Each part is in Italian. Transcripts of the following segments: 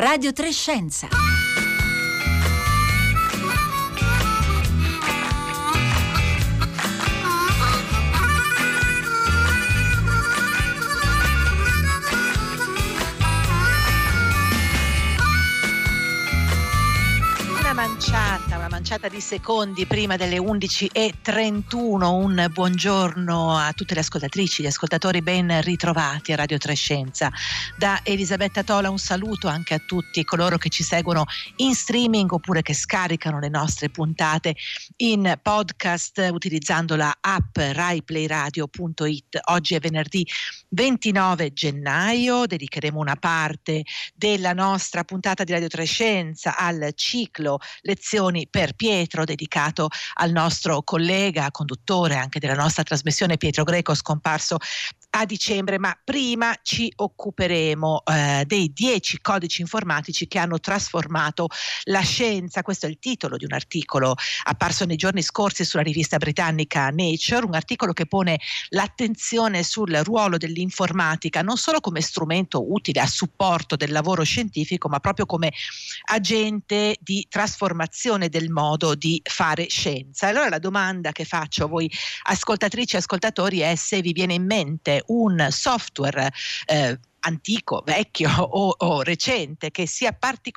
Radio 3 Scienza. Una manciata di secondi prima delle 11:31. Un buongiorno a tutte le ascoltatrici, gli ascoltatori, ben ritrovati a Radio 3 Scienza. Da Elisabetta Tola un saluto anche a tutti coloro che ci seguono in streaming oppure che scaricano le nostre puntate in podcast utilizzando la app raiplayradio.it. Oggi è venerdì 29 gennaio, dedicheremo una parte della nostra puntata di Radio 3 Scienza al ciclo Lezioni per Pietro, dedicato al nostro collega, conduttore anche della nostra trasmissione, Pietro Greco, scomparso a dicembre. Ma prima ci occuperemo dei 10 codici informatici che hanno trasformato la scienza. Questo è il titolo di un articolo apparso nei giorni scorsi sulla rivista britannica Nature, un articolo che pone l'attenzione sul ruolo dell'informatica non solo come strumento utile a supporto del lavoro scientifico, ma proprio come agente di trasformazione del modo di fare scienza. Allora la domanda che faccio a voi ascoltatrici e ascoltatori è se vi viene in mente un software antico, vecchio o recente che sia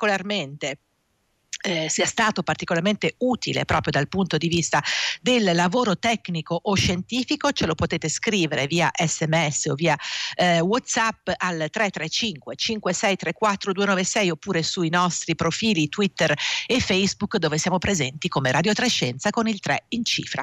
stato particolarmente utile proprio dal punto di vista del lavoro tecnico o scientifico. Ce lo potete scrivere via SMS o via WhatsApp al 335 5634 296 oppure sui nostri profili Twitter e Facebook, dove siamo presenti come Radio 3 Scienza con il 3 in cifra.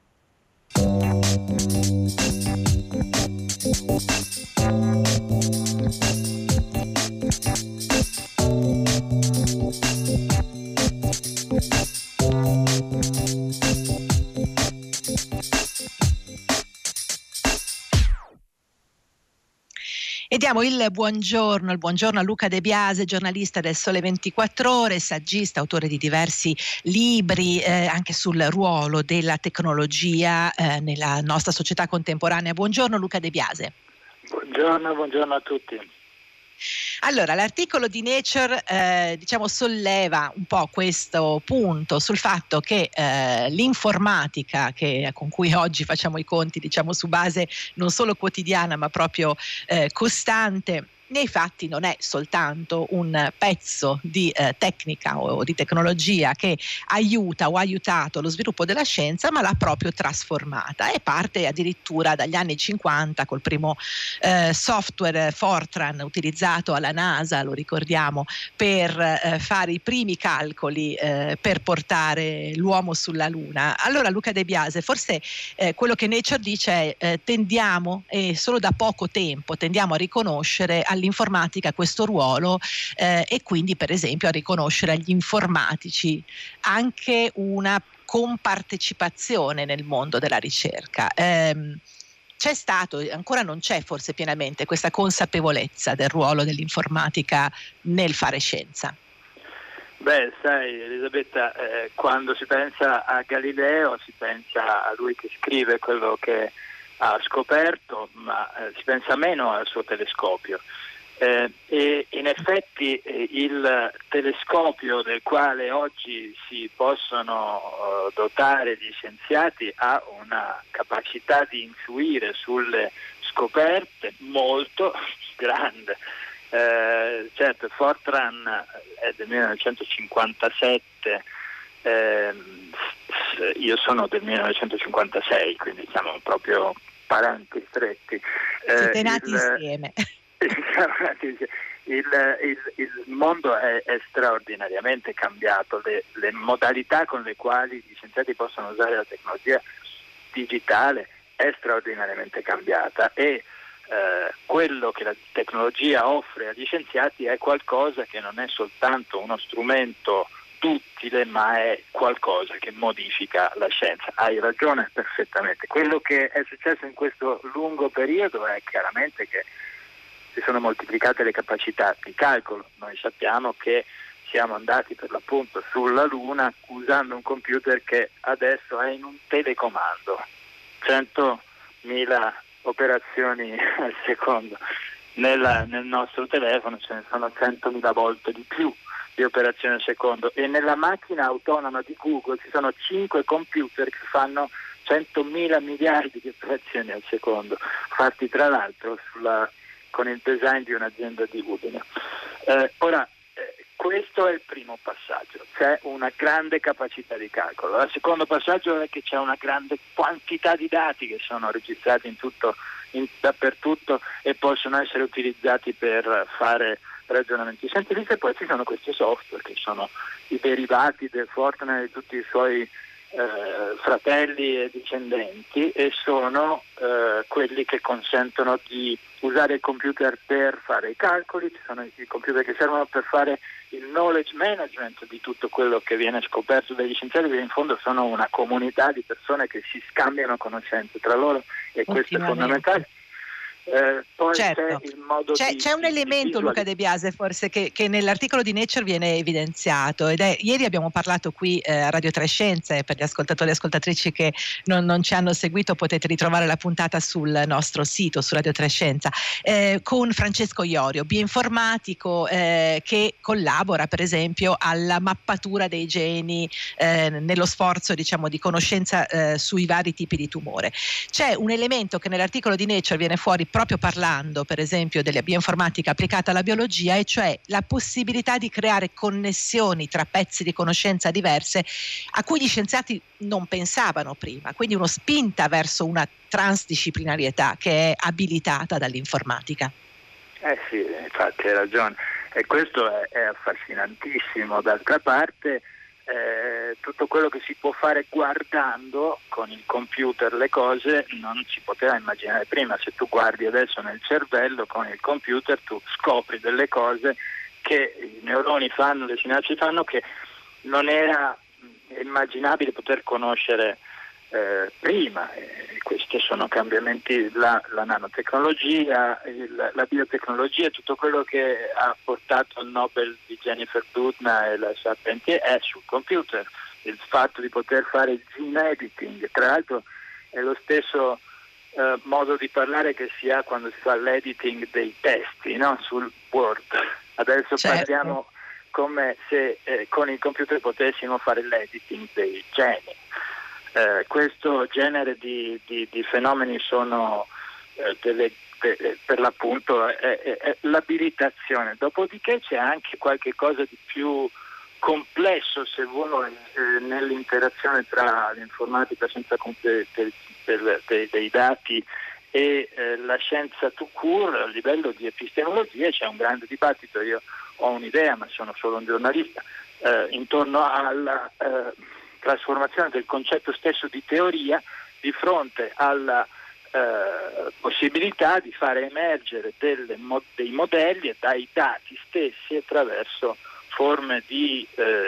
E diamo il buongiorno a Luca De Biase, giornalista del Sole 24 Ore, saggista, autore di diversi libri anche sul ruolo della tecnologia nella nostra società contemporanea. Buongiorno Luca De Biase. Buongiorno a tutti. Allora, l'articolo di Nature solleva un po' questo punto sul fatto che l'informatica con cui oggi facciamo i conti, su base non solo quotidiana ma proprio costante, nei fatti non è soltanto un pezzo di tecnica o di tecnologia che aiuta o ha aiutato lo sviluppo della scienza, ma l'ha proprio trasformata, e parte addirittura dagli anni 50 col primo software Fortran utilizzato alla NASA, lo ricordiamo, per fare i primi calcoli per portare l'uomo sulla Luna. Allora Luca De Biase, forse quello che Nature dice è tendiamo, e solo da poco tempo tendiamo a riconoscere all'informatica questo ruolo e quindi per esempio a riconoscere agli informatici anche una compartecipazione nel mondo della ricerca. C'è stato, ancora non c'è forse pienamente, questa consapevolezza del ruolo dell'informatica nel fare scienza. Beh, sai Elisabetta, quando si pensa a Galileo si pensa a lui che scrive quello che ha scoperto, ma si pensa meno al suo telescopio. E in effetti il telescopio del quale oggi si possono dotare gli scienziati ha una capacità di influire sulle scoperte molto grande. Certo, Fortran è del 1957, io sono del 1956, quindi siamo proprio parenti stretti. Siete nati insieme. Il mondo è straordinariamente cambiato, le modalità con le quali gli scienziati possono usare la tecnologia digitale è straordinariamente cambiata, e quello che la tecnologia offre agli scienziati è qualcosa che non è soltanto uno strumento utile, ma è qualcosa che modifica la scienza. Hai ragione perfettamente. Quello che è successo in questo lungo periodo è chiaramente che si sono moltiplicate le capacità di calcolo. Noi sappiamo che siamo andati per l'appunto sulla Luna usando un computer che adesso è in un telecomando, 100.000 operazioni al secondo. nel nostro telefono ce ne sono 100.000 volte di più di operazioni al secondo, e nella macchina autonoma di Google ci sono 5 computer che fanno 100.000 miliardi di operazioni al secondo, fatti tra l'altro con il design di un'azienda di Udine. Questo è il primo passaggio, c'è una grande capacità di calcolo. Il secondo passaggio è che c'è una grande quantità di dati che sono registrati dappertutto e possono essere utilizzati per fare ragionamenti scientifici, e poi ci sono questi software che sono i derivati del Fortnite e di tutti i suoi fratelli e discendenti, e sono quelli che consentono di usare il computer per fare i calcoli. Ci sono i computer che servono per fare il knowledge management di tutto quello che viene scoperto dagli scienziati, che in fondo sono una comunità di persone che si scambiano conoscenze tra loro, e questo è fondamentale. Poi certo. c'è il modo c'è un elemento, Luca De Biase, forse che nell'articolo di Nature viene evidenziato, ed è: ieri abbiamo parlato qui a Radio 3 Scienze, per gli ascoltatori e ascoltatrici che non ci hanno seguito potete ritrovare la puntata sul nostro sito, su Radio 3 Scienza, con Francesco Iorio, bioinformatico, che collabora per esempio alla mappatura dei geni nello sforzo, diciamo, di conoscenza sui vari tipi di tumore. C'è un elemento che nell'articolo di Nature viene fuori proprio parlando per esempio della bioinformatica applicata alla biologia, e cioè la possibilità di creare connessioni tra pezzi di conoscenza diverse a cui gli scienziati non pensavano prima, quindi uno spinta verso una transdisciplinarietà che è abilitata dall'informatica. Sì, infatti hai ragione, e questo è affascinantissimo. D'altra parte tutto quello che si può fare guardando con il computer le cose non si poteva immaginare prima. Se tu guardi adesso nel cervello con il computer, tu scopri delle cose che i neuroni fanno, le sinapsi fanno, che non era immaginabile poter conoscere prima. Questi sono cambiamenti, la nanotecnologia, la biotecnologia, tutto quello che ha portato al Nobel di Jennifer Doudna e la Charpentier è sul computer. Il fatto di poter fare il gene editing, tra l'altro è lo stesso modo di parlare che si ha quando si fa l'editing dei testi, no? Sul Word. Adesso parliamo come se con il computer potessimo fare l'editing dei geni. Questo genere di fenomeni sono per l'appunto è l'abilitazione. Dopodiché c'è anche qualche cosa di più complesso, se vuoi, nell'interazione tra l'informatica senza dei dati e la scienza tout court. A livello di epistemologia c'è un grande dibattito. Io ho un'idea, ma sono solo un giornalista, intorno alla trasformazione del concetto stesso di teoria di fronte alla possibilità di fare emergere dei modelli e dai dati stessi attraverso forme di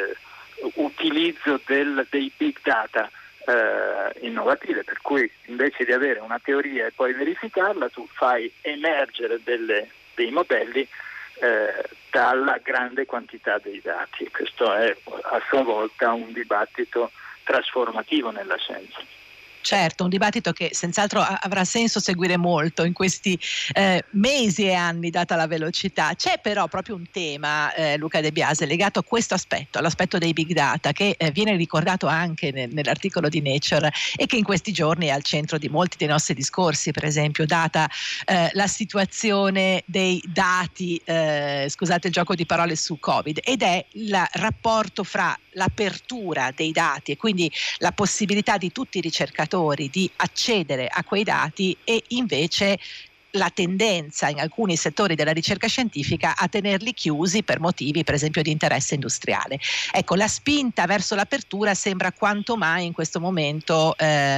utilizzo dei big data innovative, per cui invece di avere una teoria e poi verificarla, tu fai emergere dei modelli dalla grande quantità dei dati. Questo è a sua volta un dibattito trasformativo nella scienza. Certo, un dibattito che senz'altro avrà senso seguire molto in questi mesi e anni, data la velocità. C'è però proprio un tema, Luca De Biase, legato a questo aspetto, all'aspetto dei big data, che viene ricordato anche nell'articolo di Nature e che in questi giorni è al centro di molti dei nostri discorsi, per esempio, data la situazione dei dati, scusate il gioco di parole, su Covid, ed è il rapporto fra l'apertura dei dati e quindi la possibilità di tutti i ricercatori di accedere a quei dati, e invece la tendenza in alcuni settori della ricerca scientifica a tenerli chiusi per motivi, per esempio, di interesse industriale. Ecco, la spinta verso l'apertura sembra quanto mai in questo momento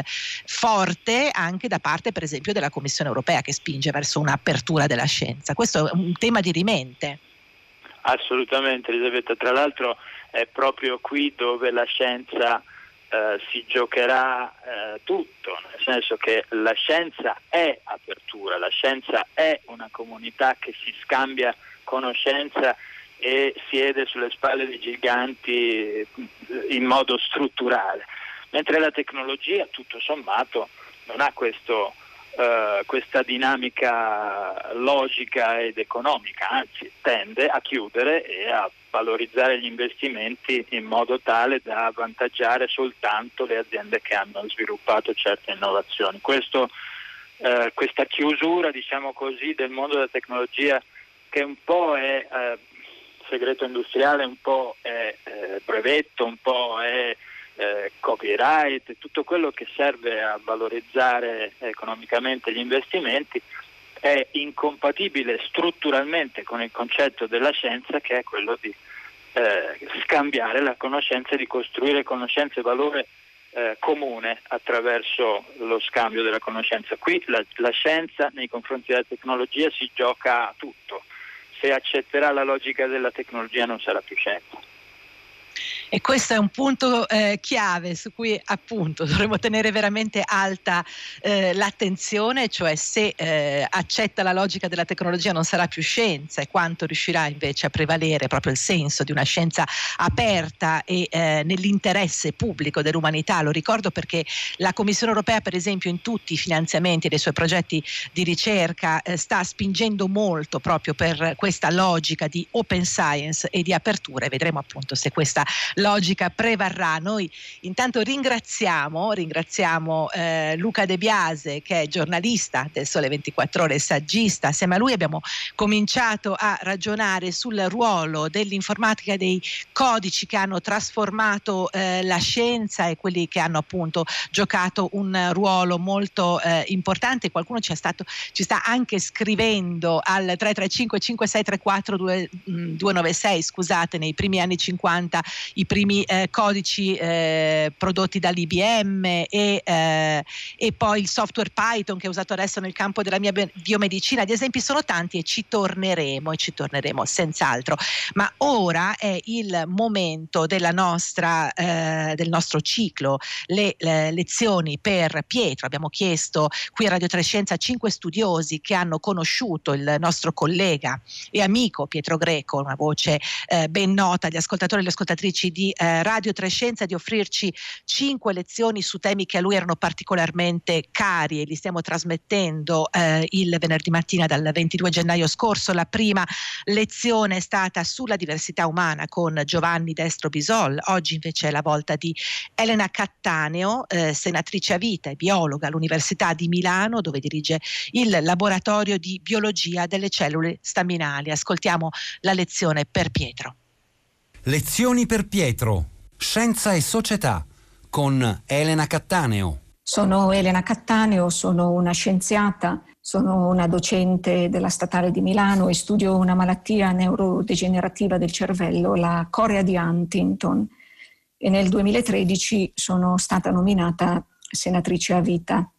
forte anche da parte, per esempio, della Commissione europea, che spinge verso un'apertura della scienza. Questo è un tema dirimente. Assolutamente, Elisabetta. Tra l'altro è proprio qui dove la scienza si giocherà tutto, nel senso che la scienza è apertura, la scienza è una comunità che si scambia conoscenza e siede sulle spalle dei giganti in modo strutturale, mentre la tecnologia tutto sommato non ha questo questa dinamica logica ed economica, anzi tende a chiudere e a valorizzare gli investimenti in modo tale da avvantaggiare soltanto le aziende che hanno sviluppato certe innovazioni. Questa chiusura, diciamo così, del mondo della tecnologia, che un po' è segreto industriale, un po' è brevetto, un po' è copyright, tutto quello che serve a valorizzare economicamente gli investimenti, è incompatibile strutturalmente con il concetto della scienza, che è quello di scambiare la conoscenza e di costruire conoscenza e valore comune attraverso lo scambio della conoscenza. Qui la scienza nei confronti della tecnologia si gioca a tutto. Se accetterà la logica della tecnologia non sarà più scienza. E questo è un punto chiave su cui appunto dovremo tenere veramente alta l'attenzione, cioè se accetta la logica della tecnologia non sarà più scienza, e quanto riuscirà invece a prevalere proprio il senso di una scienza aperta e nell'interesse pubblico dell'umanità. Lo ricordo perché la Commissione europea, per esempio, in tutti i finanziamenti dei suoi progetti di ricerca sta spingendo molto proprio per questa logica di open science e di apertura, e vedremo appunto se questa logica prevarrà. Noi intanto ringraziamo Luca De Biase, che è giornalista del Sole 24 Ore, saggista. Assieme a lui abbiamo cominciato a ragionare sul ruolo dell'informatica e dei codici che hanno trasformato la scienza, e quelli che hanno appunto giocato un ruolo molto importante. Qualcuno ci sta anche scrivendo al 335 5634 296, scusate, nei primi anni 50 i primi codici prodotti dall'IBM e poi il software Python che è usato adesso nel campo della mia biomedicina. Gli esempi sono tanti e ci torneremo senz'altro, ma ora è il momento del nostro ciclo, le lezioni per Pietro. Abbiamo chiesto qui a Radio Trescenza 5 studiosi che hanno conosciuto il nostro collega e amico Pietro Greco, una voce ben nota agli ascoltatori e alle ascoltatrici di Radio Trescenza, di offrirci 5 lezioni su temi che a lui erano particolarmente cari, e li stiamo trasmettendo il venerdì mattina dal 22 gennaio scorso. La prima lezione è stata sulla diversità umana con Giovanni Destro Bisol. Oggi invece è la volta di Elena Cattaneo, senatrice a vita e biologa all'Università di Milano, dove dirige il laboratorio di biologia delle cellule staminali. Ascoltiamo la lezione per Pietro. Lezioni per Pietro, Scienza e Società, con Elena Cattaneo. Sono Elena Cattaneo, sono una scienziata, sono una docente della Statale di Milano e studio una malattia neurodegenerativa del cervello, la corea di Huntington, e nel 2013 sono stata nominata senatrice a vita.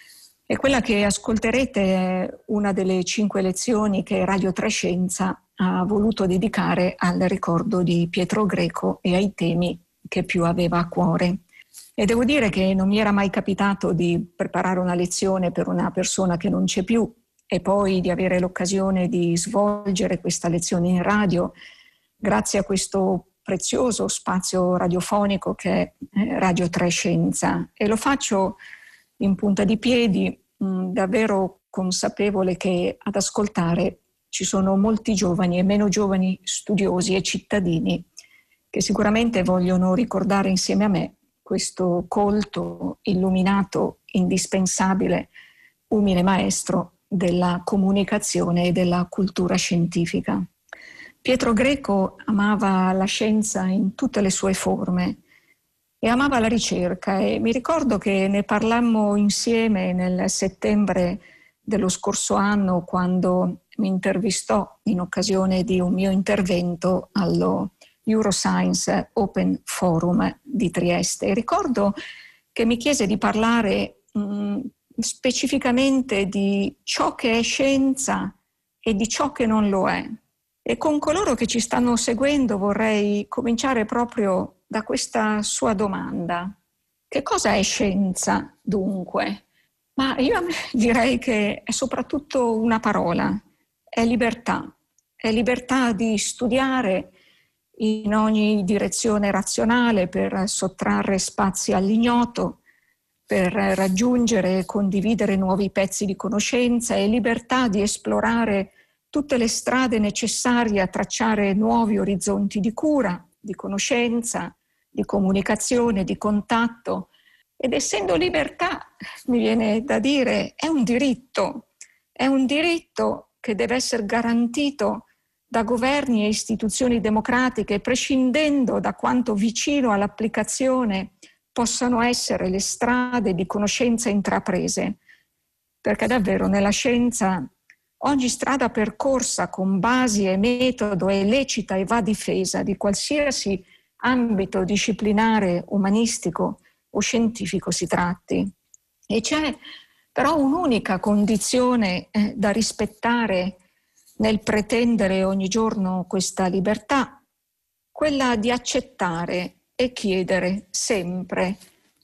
E quella che ascolterete è una delle 5 lezioni che Radio Trescenza ha voluto dedicare al ricordo di Pietro Greco e ai temi che più aveva a cuore. E devo dire che non mi era mai capitato di preparare una lezione per una persona che non c'è più, e poi di avere l'occasione di svolgere questa lezione in radio grazie a questo prezioso spazio radiofonico che è Radio Trescenza. E lo faccio in punta di piedi, davvero consapevole che ad ascoltare ci sono molti giovani e meno giovani studiosi e cittadini che sicuramente vogliono ricordare insieme a me questo colto, illuminato, indispensabile, umile maestro della comunicazione e della cultura scientifica. Pietro Greco amava la scienza in tutte le sue forme e amava la ricerca, e mi ricordo che ne parlammo insieme nel settembre dello scorso anno, quando mi intervistò in occasione di un mio intervento allo Euroscience Open Forum di Trieste. E ricordo che mi chiese di parlare specificamente di ciò che è scienza e di ciò che non lo è. E con coloro che ci stanno seguendo vorrei cominciare proprio da questa sua domanda. Che cosa è scienza, dunque? Ma io direi che è soprattutto una parola, è libertà di studiare in ogni direzione razionale per sottrarre spazi all'ignoto, per raggiungere e condividere nuovi pezzi di conoscenza e libertà di esplorare tutte le strade necessarie a tracciare nuovi orizzonti di cura, di conoscenza, di comunicazione, di contatto. Ed essendo libertà, mi viene da dire, è un diritto che deve essere garantito da governi e istituzioni democratiche, prescindendo da quanto vicino all'applicazione possano essere le strade di conoscenza intraprese. Perché davvero nella scienza ogni strada percorsa con basi e metodo è lecita e va difesa di qualsiasi ambito disciplinare, umanistico o scientifico si tratti. E c'è però un'unica condizione da rispettare nel pretendere ogni giorno questa libertà, quella di accettare e chiedere sempre,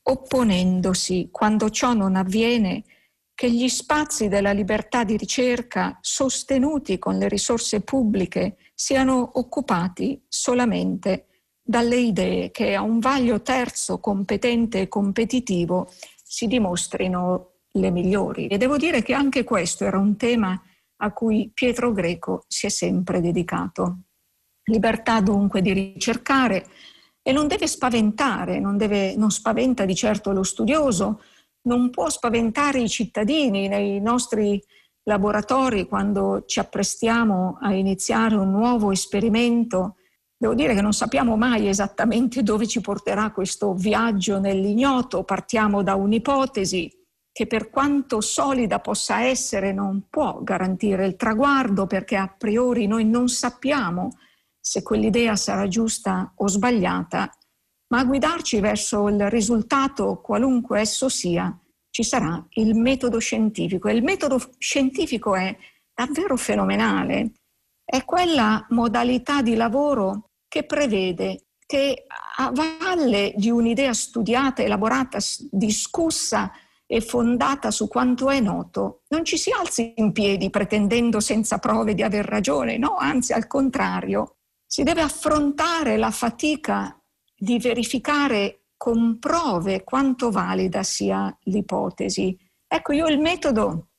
opponendosi quando ciò non avviene, che gli spazi della libertà di ricerca sostenuti con le risorse pubbliche siano occupati solamente dalle idee che a un vaglio terzo competente e competitivo si dimostrino le migliori. E devo dire che anche questo era un tema a cui Pietro Greco si è sempre dedicato. Libertà dunque di ricercare, e non deve spaventare, non spaventa di certo lo studioso, non può spaventare i cittadini nei nostri laboratori quando ci apprestiamo a iniziare un nuovo esperimento. Devo dire che non sappiamo mai esattamente dove ci porterà questo viaggio nell'ignoto. Partiamo da un'ipotesi che, per quanto solida possa essere, non può garantire il traguardo, perché a priori noi non sappiamo se quell'idea sarà giusta o sbagliata, ma a guidarci verso il risultato, qualunque esso sia, ci sarà il metodo scientifico. E il metodo scientifico è davvero fenomenale. È quella modalità di lavoro che prevede che, a valle di un'idea studiata, elaborata, discussa e fondata su quanto è noto, non ci si alzi in piedi pretendendo senza prove di aver ragione, no, anzi al contrario, si deve affrontare la fatica di verificare con prove quanto valida sia l'ipotesi. Ecco, io il metodo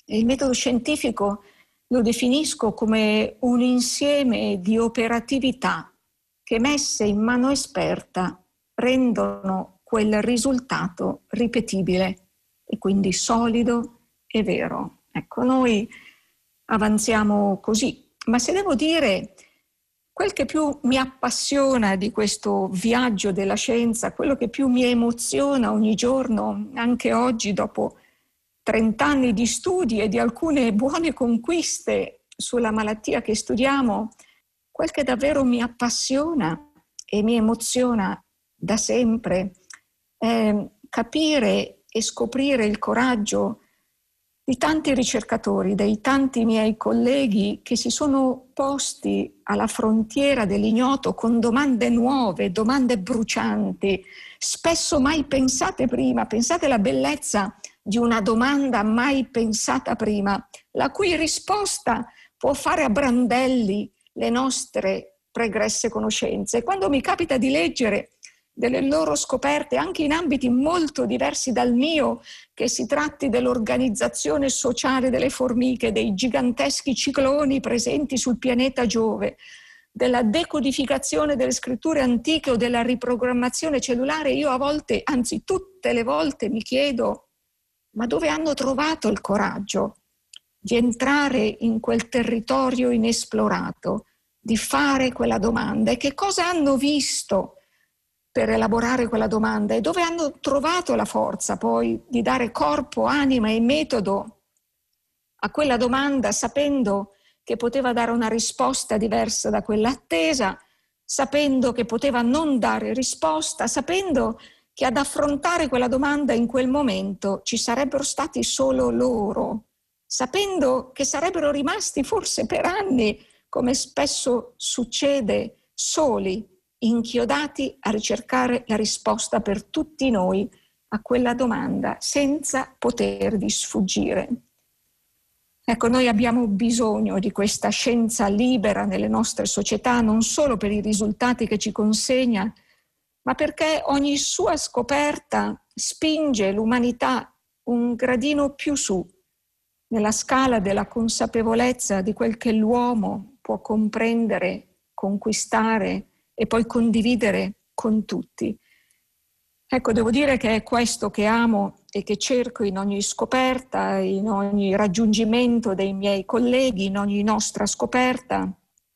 scientifico lo definisco come un insieme di operatività che, messe in mano esperta, rendono quel risultato ripetibile e quindi solido e vero. Ecco, noi avanziamo così. Ma se devo dire, quel che più mi appassiona di questo viaggio della scienza, quello che più mi emoziona ogni giorno, anche oggi dopo 30 anni di studi e di alcune buone conquiste sulla malattia che studiamo, quel che davvero mi appassiona e mi emoziona da sempre è capire e scoprire il coraggio di tanti ricercatori, dei tanti miei colleghi che si sono posti alla frontiera dell'ignoto con domande nuove, domande brucianti, spesso mai pensate prima. Pensate alla bellezza di una domanda mai pensata prima, la cui risposta può fare a brandelli le nostre pregresse conoscenze. E quando mi capita di leggere delle loro scoperte anche in ambiti molto diversi dal mio, che si tratti dell'organizzazione sociale delle formiche, dei giganteschi cicloni presenti sul pianeta Giove, della decodificazione delle scritture antiche o della riprogrammazione cellulare, io a volte, anzi tutte le volte, mi chiedo: ma dove hanno trovato il coraggio di entrare in quel territorio inesplorato, di fare quella domanda? E che cosa hanno visto per elaborare quella domanda? E dove hanno trovato la forza poi di dare corpo, anima e metodo a quella domanda, sapendo che poteva dare una risposta diversa da quella attesa, sapendo che poteva non dare risposta, sapendo che ad affrontare quella domanda in quel momento ci sarebbero stati solo loro, sapendo che sarebbero rimasti forse per anni, come spesso succede, soli, inchiodati a ricercare la risposta per tutti noi a quella domanda, senza potervi sfuggire. Ecco, noi abbiamo bisogno di questa scienza libera nelle nostre società, non solo per i risultati che ci consegna, ma perché ogni sua scoperta spinge l'umanità un gradino più su nella scala della consapevolezza di quel che l'uomo può comprendere, conquistare e poi condividere con tutti. Ecco, devo dire che è questo che amo e che cerco in ogni scoperta, in ogni raggiungimento dei miei colleghi, in ogni nostra scoperta.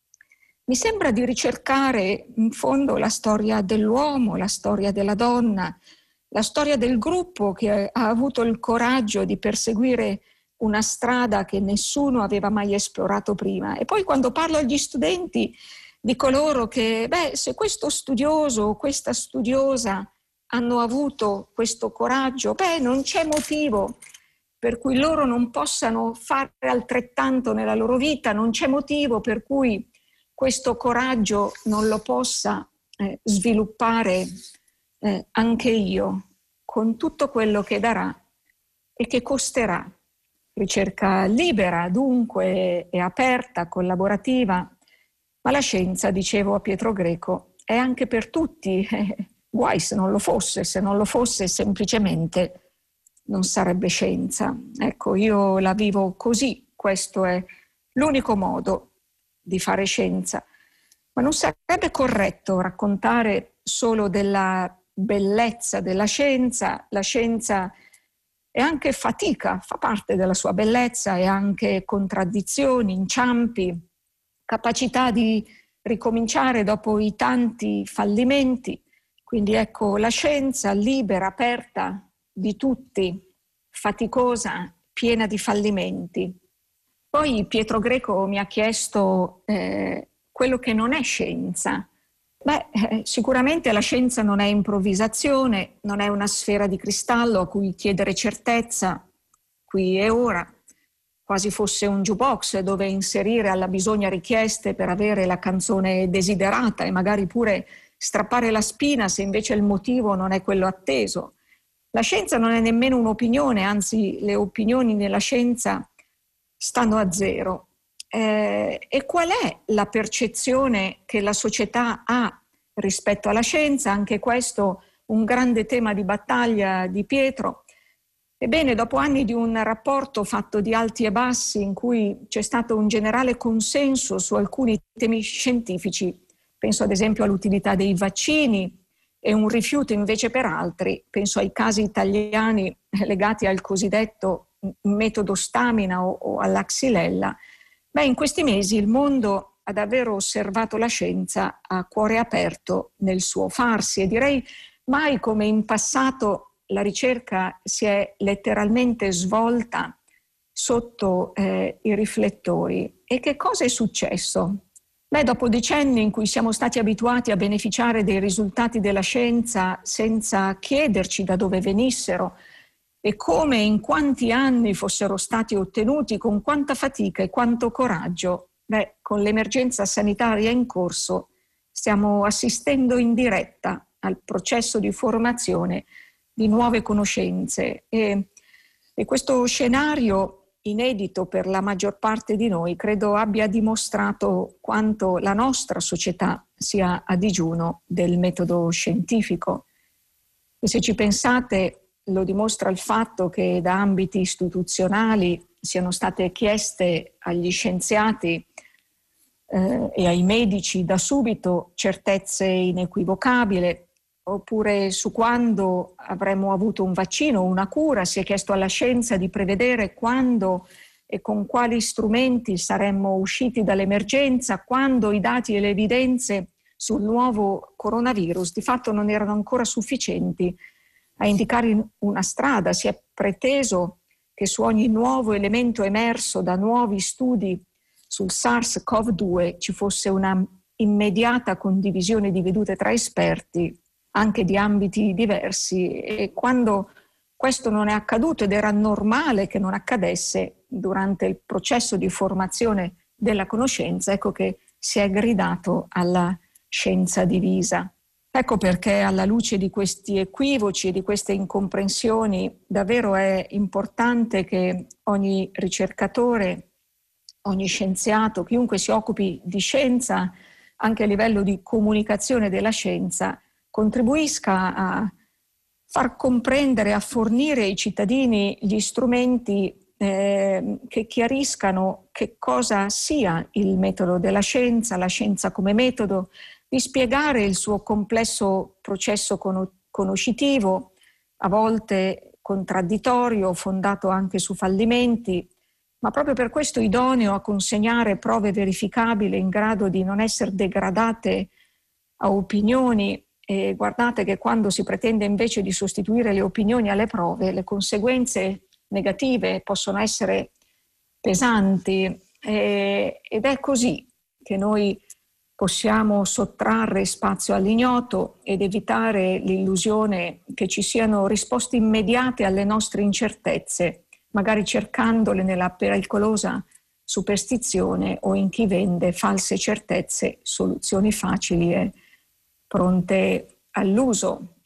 Mi sembra di ricercare in fondo la storia dell'uomo, la storia della donna, la storia del gruppo che ha avuto il coraggio di perseguire una strada che nessuno aveva mai esplorato prima. E poi quando parlo agli studenti dico loro che se questo studioso o questa studiosa hanno avuto questo coraggio, non c'è motivo per cui loro non possano fare altrettanto nella loro vita, non c'è motivo per cui questo coraggio non lo possa sviluppare anche io, con tutto quello che darà e che costerà. Ricerca libera, dunque, e aperta, collaborativa, ma la scienza, dicevo a Pietro Greco, è anche per tutti. Guai se non lo fosse semplicemente non sarebbe scienza. Ecco, io la vivo così, questo è l'unico modo di fare scienza. Ma non sarebbe corretto raccontare solo della bellezza della scienza. La scienza è anche fatica, fa parte della sua bellezza, e anche contraddizioni, inciampi, capacità di ricominciare dopo i tanti fallimenti. Quindi ecco, la scienza libera, aperta di tutti, faticosa, piena di fallimenti. Poi Pietro Greco mi ha chiesto quello che non è scienza. Sicuramente la scienza non è improvvisazione, non è una sfera di cristallo a cui chiedere certezza qui e ora, quasi fosse un jukebox dove inserire alla bisogna richieste per avere la canzone desiderata e magari pure strappare la spina se invece il motivo non è quello atteso. La scienza non è nemmeno un'opinione, anzi le opinioni nella scienza stanno a zero. E qual è la percezione che la società ha rispetto alla scienza? Anche questo un grande tema di battaglia di Pietro. Ebbene, dopo anni di un rapporto fatto di alti e bassi in cui c'è stato un generale consenso su alcuni temi scientifici, penso ad esempio all'utilità dei vaccini, e un rifiuto invece per altri, penso ai casi italiani legati al cosiddetto metodo Stamina o alla Xylella, in questi mesi il mondo ha davvero osservato la scienza a cuore aperto nel suo farsi, e direi mai come in passato la ricerca si è letteralmente svolta sotto i riflettori. E che cosa è successo? Dopo decenni in cui siamo stati abituati a beneficiare dei risultati della scienza senza chiederci da dove venissero e come e in quanti anni fossero stati ottenuti, con quanta fatica e quanto coraggio, con l'emergenza sanitaria in corso stiamo assistendo in diretta al processo di formazione di nuove conoscenze. E questo scenario inedito per la maggior parte di noi, credo abbia dimostrato quanto la nostra società sia a digiuno del metodo scientifico. E se ci pensate, lo dimostra il fatto che da ambiti istituzionali siano state chieste agli scienziati e ai medici da subito certezze inequivocabili, oppure su quando avremmo avuto un vaccino o una cura, si è chiesto alla scienza di prevedere quando e con quali strumenti saremmo usciti dall'emergenza, quando i dati e le evidenze sul nuovo coronavirus di fatto non erano ancora sufficienti a indicare una strada. Si è preteso che su ogni nuovo elemento emerso da nuovi studi sul SARS-CoV-2 ci fosse una immediata condivisione di vedute tra esperti, anche di ambiti diversi, e quando questo non è accaduto, ed era normale che non accadesse durante il processo di formazione della conoscenza, ecco che si è gridato alla scienza divisa. Ecco perché alla luce di questi equivoci e di queste incomprensioni davvero è importante che ogni ricercatore, ogni scienziato, chiunque si occupi di scienza, anche a livello di comunicazione della scienza, contribuisca a far comprendere, a fornire ai cittadini gli strumenti che chiariscano che cosa sia il metodo della scienza, la scienza come metodo, di spiegare il suo complesso processo conoscitivo, a volte contraddittorio, fondato anche su fallimenti, ma proprio per questo idoneo a consegnare prove verificabili in grado di non essere degradate a opinioni. E guardate che quando si pretende invece di sostituire le opinioni alle prove, le conseguenze negative possono essere pesanti, ed è così che noi possiamo sottrarre spazio all'ignoto ed evitare l'illusione che ci siano risposte immediate alle nostre incertezze, magari cercandole nella pericolosa superstizione o in chi vende false certezze, soluzioni facili e pronte all'uso.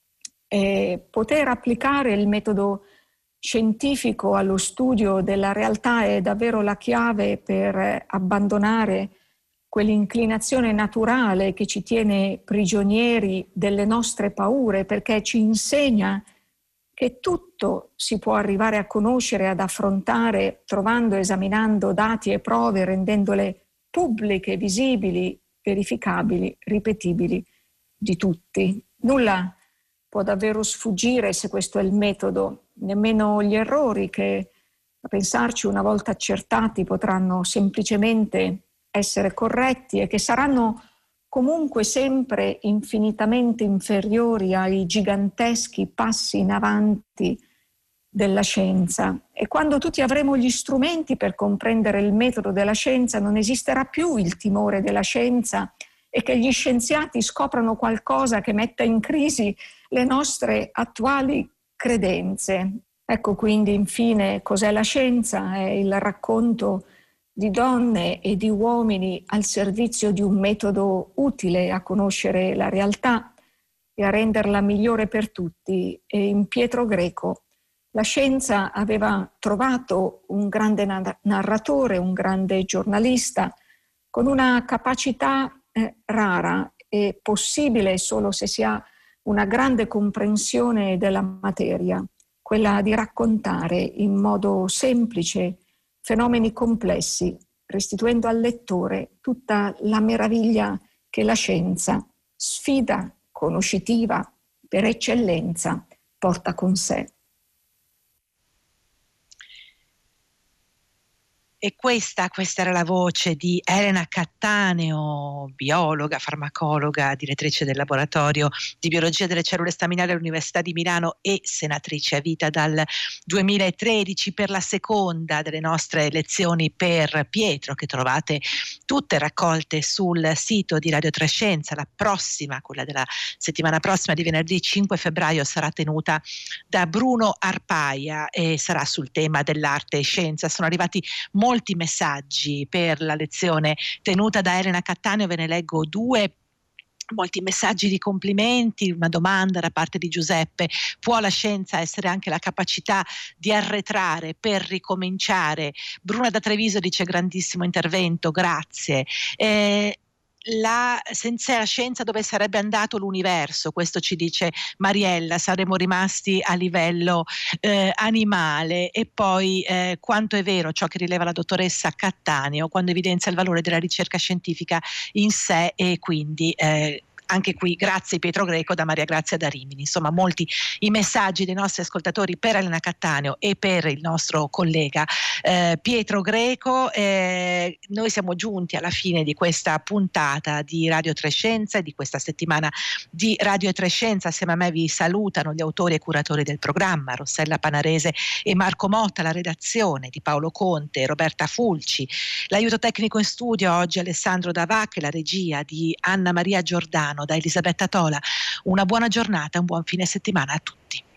E poter applicare il metodo scientifico allo studio della realtà è davvero la chiave per abbandonare quell'inclinazione naturale che ci tiene prigionieri delle nostre paure, perché ci insegna che tutto si può arrivare a conoscere, ad affrontare, trovando, esaminando dati e prove, rendendole pubbliche, visibili, verificabili, ripetibili di tutti. Nulla può davvero sfuggire se questo è il metodo, nemmeno gli errori che, a pensarci, una volta accertati potranno semplicemente essere corretti e che saranno comunque sempre infinitamente inferiori ai giganteschi passi in avanti della scienza. E quando tutti avremo gli strumenti per comprendere il metodo della scienza, non esisterà più il timore della scienza e che gli scienziati scoprano qualcosa che metta in crisi le nostre attuali credenze. Ecco quindi infine cos'è la scienza? È il racconto di donne e di uomini al servizio di un metodo utile a conoscere la realtà e a renderla migliore per tutti. E in Pietro Greco la scienza aveva trovato un grande narratore, un grande giornalista, con una capacità rara e possibile solo se si ha una grande comprensione della materia, quella di raccontare in modo semplice fenomeni complessi, restituendo al lettore tutta la meraviglia che la scienza, sfida conoscitiva per eccellenza, porta con sé. E questa era la voce di Elena Cattaneo, biologa, farmacologa, direttrice del laboratorio di biologia delle cellule staminali all'Università di Milano e senatrice a vita dal 2013, per la seconda delle nostre lezioni per Pietro, che trovate tutte raccolte sul sito di Radio Trescenza. La prossima, quella della settimana prossima di venerdì 5 febbraio, sarà tenuta da Bruno Arpaia e sarà sul tema dell'arte e scienza. Sono arrivati molti messaggi per la lezione tenuta da Elena Cattaneo, ve ne leggo due. Molti messaggi di complimenti, una domanda da parte di Giuseppe: può la scienza essere anche la capacità di arretrare per ricominciare? Bruna da Treviso dice: grandissimo intervento, grazie. Senza la scienza dove sarebbe andato l'universo? Questo ci dice Mariella, saremmo rimasti a livello animale. E poi quanto è vero ciò che rileva la dottoressa Cattaneo quando evidenzia il valore della ricerca scientifica in sé, e quindi anche qui grazie Pietro Greco da Maria Grazia da Rimini. Insomma, molti i messaggi dei nostri ascoltatori per Elena Cattaneo e per il nostro collega Pietro Greco. Noi siamo giunti alla fine di questa puntata di Radio Trescenza e di questa settimana di Radio Trescenza. Assieme a me vi salutano gli autori e curatori del programma, Rossella Panarese e Marco Motta, la redazione di Paolo Conte e Roberta Fulci, l'aiuto tecnico in studio oggi Alessandro Davac e la regia di Anna Maria Giordano da Elisabetta Tola. Una buona giornata, un buon fine settimana a tutti.